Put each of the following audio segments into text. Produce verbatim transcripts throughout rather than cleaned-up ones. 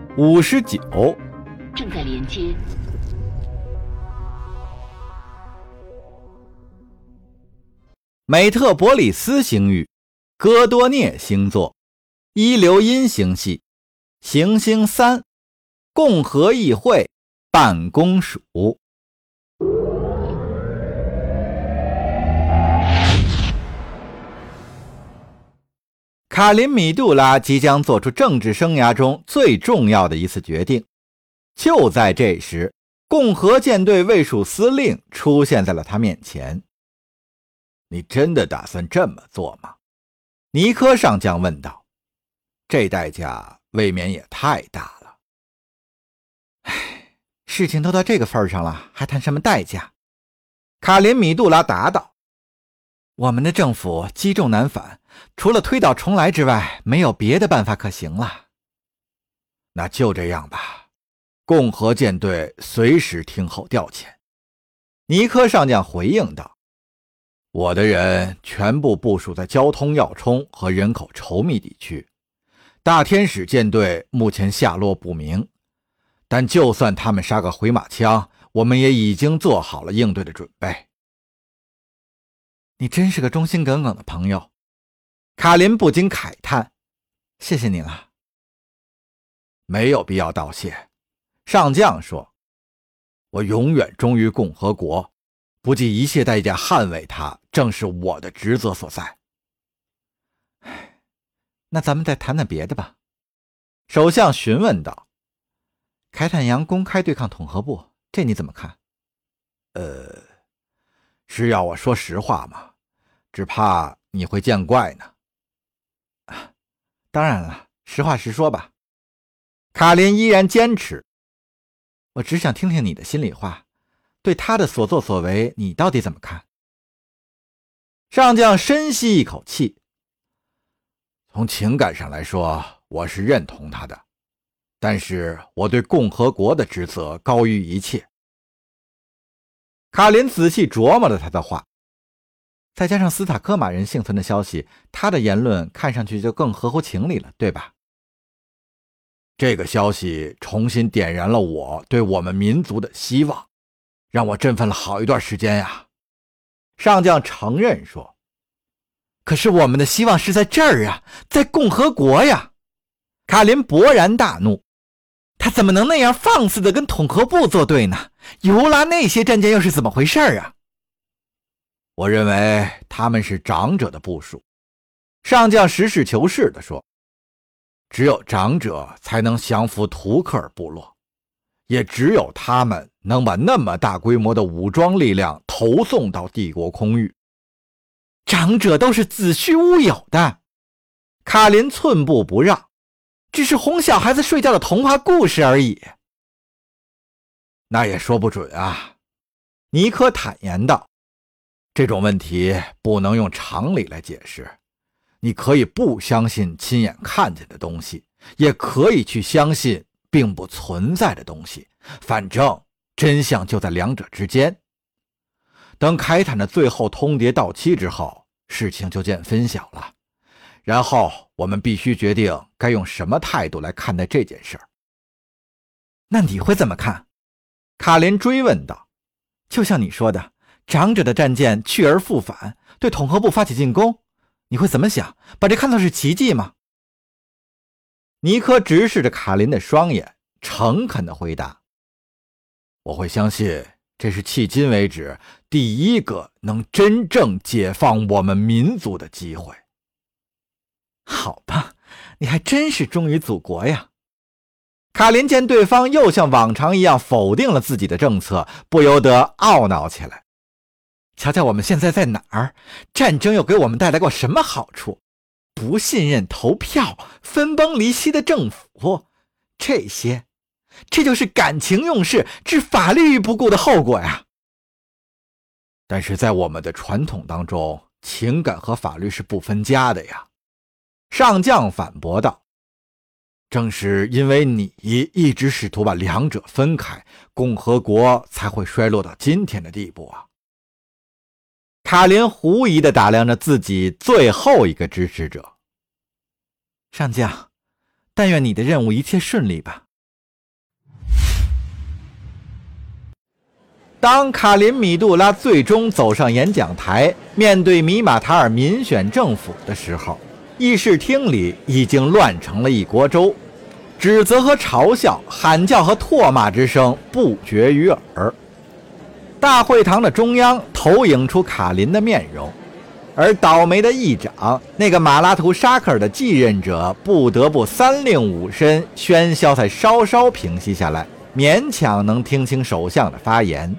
五十九， 正在连接。 美特伯里斯星域，哥多涅星座，一流阴星系，行星三，共和议会办公署。卡林·米杜拉即将做出政治生涯中最重要的一次决定。就在这时，共和舰队卫戍司令出现在了他面前。你真的打算这么做吗？尼科上将问道。这代价未免也太大了。唉，事情都到这个份上了，还谈什么代价？卡林·米杜拉答道。我们的政府积重难返，除了推倒重来之外，没有别的办法可行了。那就这样吧，共和舰队随时听候调遣。尼科上将回应道。我的人全部部署在交通要冲和人口稠密地区，大天使舰队目前下落不明，但就算他们杀个回马枪，我们也已经做好了应对的准备。你真是个忠心耿耿的朋友，卡林不禁慨叹，谢谢你了。没有必要道谢，上将说，我永远忠于共和国，不计一切代价捍卫它，正是我的职责所在。那咱们再谈谈别的吧。首相询问道。凯坦阳公开对抗统合部，这你怎么看？呃，是要我说实话吗？只怕你会见怪呢。啊，当然了，实话实说吧。卡林依然坚持。我只想听听你的心里话，对他的所作所为，你到底怎么看？上将深吸一口气。从情感上来说，我是认同他的，但是我对共和国的职责高于一切。卡林仔细琢磨了他的话，再加上斯塔科马人幸存的消息，他的言论看上去就更合乎情理了，对吧？这个消息重新点燃了我对我们民族的希望，让我振奋了好一段时间呀。上将承认说，可是我们的希望是在这儿啊，在共和国呀。卡林勃然大怒，他怎么能那样放肆地跟统合部作对呢？尤拉那些战舰又是怎么回事啊？我认为他们是长者的部署。上将实事求是地说，只有长者才能降服图克尔部落，也只有他们能把那么大规模的武装力量投送到帝国空域。长者都是子虚乌有的，卡林寸步不让，只是哄小孩子睡觉的童话故事而已。那也说不准啊，尼科坦言道，这种问题不能用常理来解释。你可以不相信亲眼看见的东西，也可以去相信并不存在的东西，反正真相就在两者之间。等凯坦的最后通牒到期之后，事情就见分晓了。然后我们必须决定该用什么态度来看待这件事儿。那你会怎么看？卡林追问道。就像你说的，长者的战舰去而复返，对统合部发起进攻，你会怎么想？把这看作是奇迹吗？尼科直视着卡林的双眼，诚恳地回答，我会相信这是迄今为止第一个能真正解放我们民族的机会。好吧，你还真是忠于祖国呀。卡林见对方又像往常一样否定了自己的政策，不由得懊恼起来。瞧瞧我们现在在哪儿？战争又给我们带来过什么好处？不信任投票，分崩离析的政府，这些这就是感情用事，置法律于不顾的后果呀。但是在我们的传统当中，情感和法律是不分家的呀。上将反驳道，正是因为你一直试图把两者分开，共和国才会衰落到今天的地步啊。卡林狐疑地打量着自己最后一个支持者。上将，但愿你的任务一切顺利吧。 当卡林米杜拉最终走上演讲台，面对米马塔尔民选政府的时候，议事厅里已经乱成了一锅粥，指责和嘲笑、喊叫和唾骂之声不绝于耳。大会堂的中央投影出卡林的面容，而倒霉的议长那个马拉图沙克尔的继任者不得不三令五申，喧嚣才稍稍平息下来，勉强能听清首相的发言。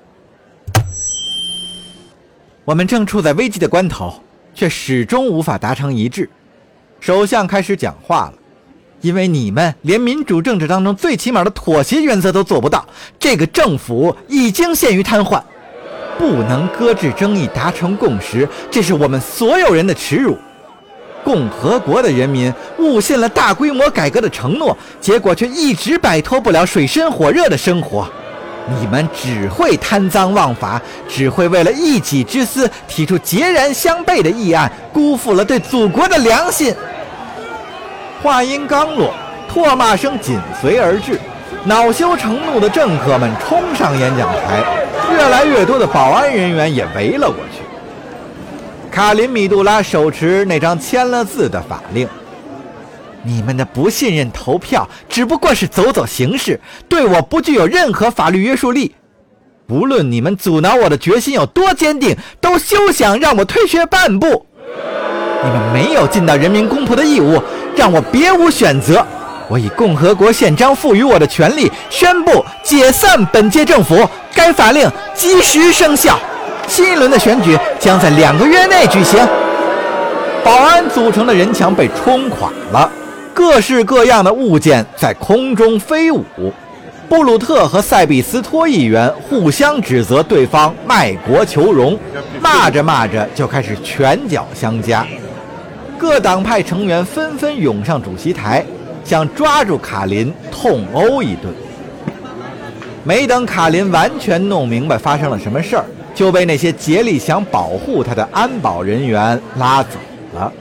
我们正处在危急的关头，却始终无法达成一致。首相开始讲话了，因为你们连民主政治当中最起码的妥协原则都做不到，这个政府已经陷于瘫痪，不能搁置争议达成共识，这是我们所有人的耻辱。共和国的人民误信了大规模改革的承诺，结果却一直摆脱不了水深火热的生活。你们只会贪赃枉法，只会为了一己之私提出截然相悖的议案，辜负了对祖国的良心。话音刚落，唾骂声紧随而至，恼羞成怒的政客们冲上演讲台，越来越多的保安人员也围了过去。卡林米杜拉手持那张签了字的法令，你们的不信任投票只不过是走走形式，对我不具有任何法律约束力。无论你们阻挠我的决心有多坚定，都休想让我退却半步。你们没有尽到人民公仆的义务，让我别无选择。我以共和国宪章赋予我的权利，宣布解散本届政府，该法令即时生效。新一轮的选举将在两个月内举行。保安组成的人墙被冲垮了，各式各样的物件在空中飞舞。布鲁特和塞比斯托议员互相指责对方卖国求荣，骂着骂着就开始拳脚相加。各党派成员纷纷涌上主席台，想抓住卡林痛殴一顿。没等卡林完全弄明白发生了什么事儿，就被那些竭力想保护他的安保人员拉走了。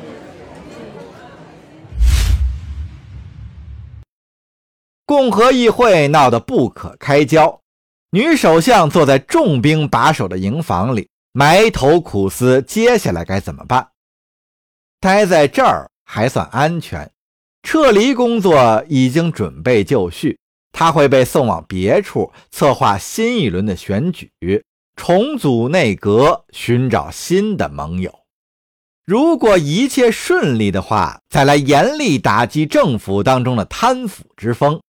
共和议会闹得不可开交，女首相坐在重兵把守的营房里，埋头苦思接下来该怎么办。待在这儿还算安全，撤离工作已经准备就绪，他会被送往别处策划新一轮的选举，重组内阁，寻找新的盟友。如果一切顺利的话，再来严厉打击政府当中的贪腐之风。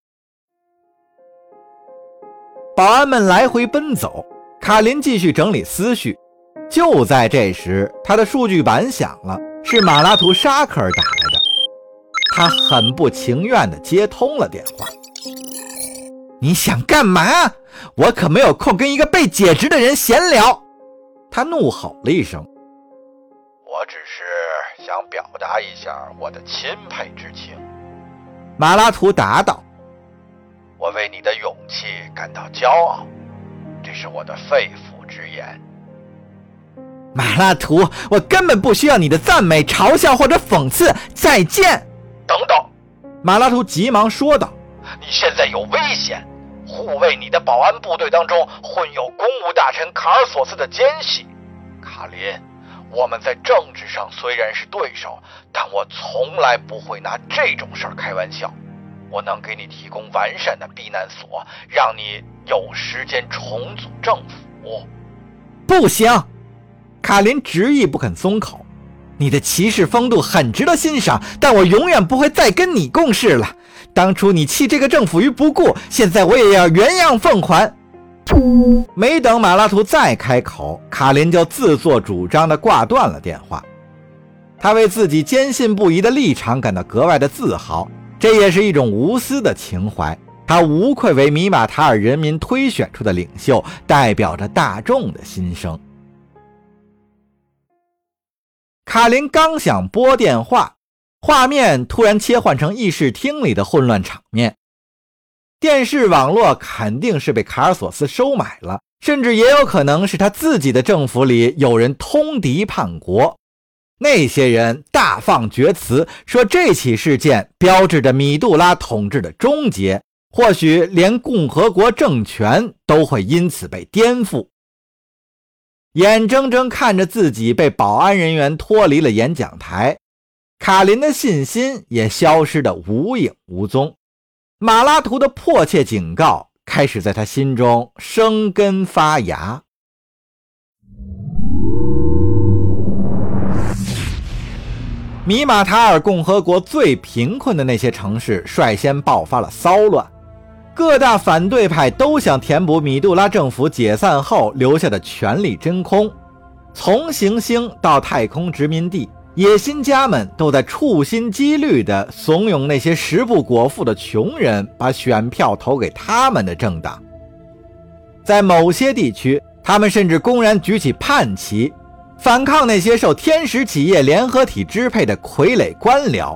保安们来回奔走，卡林继续整理思绪。就在这时，他的数据板响了，是马拉图沙克尔打来的。他很不情愿地接通了电话。你想干嘛？我可没有空跟一个被解职的人闲聊。他怒吼了一声。 我只是想表达一下我的钦佩之情。 马拉图答道。 我为你的勇气感到骄傲，这是我的肺腑之言。 马拉图，我根本不需要你的赞美、嘲笑或者讽刺。再见。 等等， 马拉图急忙说道。 你现在有危险，护卫你的保安部队当中混有公务大臣卡尔索斯的奸细。卡林，我们在政治上虽然是对手，但我从来不会拿这种事儿开玩笑。我能给你提供完善的避难所，让你有时间重组政府。 不行，卡林执意不肯松口。你的骑士风度很值得欣赏，但我永远不会再跟你共事了。当初你弃这个政府于不顾，现在我也要原样奉还。没等马拉图再开口，卡林就自作主张地挂断了电话。他为自己坚信不疑的立场感到格外的自豪，这也是一种无私的情怀。他无愧为米马塔尔人民推选出的领袖，代表着大众的心声。卡林刚想拨电话，画面突然切换成议事厅里的混乱场面。电视网络肯定是被卡尔索斯收买了，甚至也有可能是他自己的政府里有人通敌叛国。那些人大放厥词，说这起事件标志着米杜拉统治的终结， 或许连共和国政权都会因此被颠覆。眼睁睁看着自己被保安人员脱离了演讲台，卡林的信心也消失得无影无踪。马拉图的迫切警告开始在他心中生根发芽。米马塔尔共和国最贫困的那些城市率先爆发了骚乱，各大反对派都想填补米杜拉政府解散后留下的权力真空。从行星到太空殖民地，野心家们都在处心积虑地怂恿那些食不果腹的穷人把选票投给他们的政党。在某些地区，他们甚至公然举起叛旗，反抗那些受天使企业联合体支配的傀儡官僚。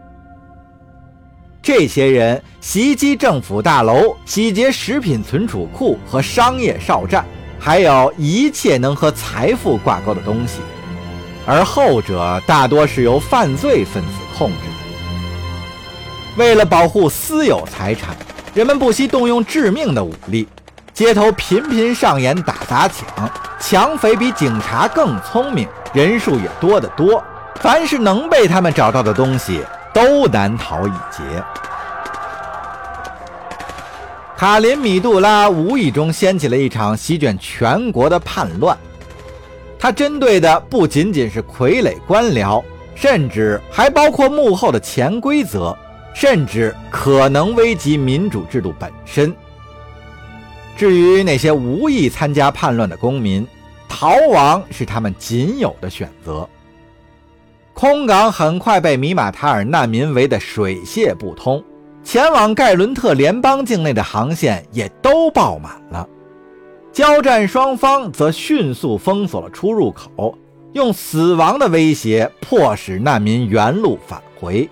这些人袭击政府大楼，洗劫食品存储库和商业哨站，还有一切能和财富挂钩的东西，而后者大多是由犯罪分子控制的。为了保护私有财产，人们不惜动用致命的武力，街头频频上演打砸抢，抢匪比警察更聪明，人数也多得多，凡是能被他们找到的东西都难逃一劫。卡林米杜拉无意中掀起了一场席卷全国的叛乱，他针对的不仅仅是傀儡官僚，甚至还包括幕后的潜规则，甚至可能危及民主制度本身。至于那些无意参加叛乱的公民，逃亡是他们仅有的选择。空港很快被米马塔尔难民围得水泄不通，前往盖伦特联邦境内的航线也都爆满了。交战双方则迅速封锁了出入口，用死亡的威胁迫使难民原路返回。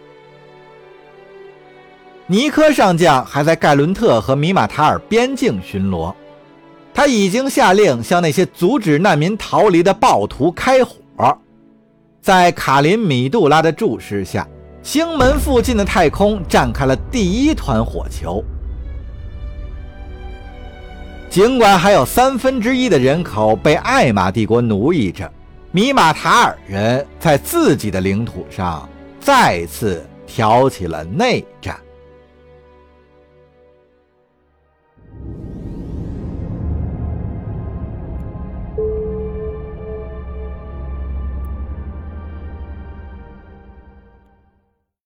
尼科上将还在盖伦特和米马塔尔边境巡逻，他已经下令向那些阻止难民逃离的暴徒开火。在卡林米杜拉的注视下，星门附近的太空绽开了第一团火球。尽管还有三分之一的人口被艾玛帝国奴役着，米马塔尔人在自己的领土上再次挑起了内战。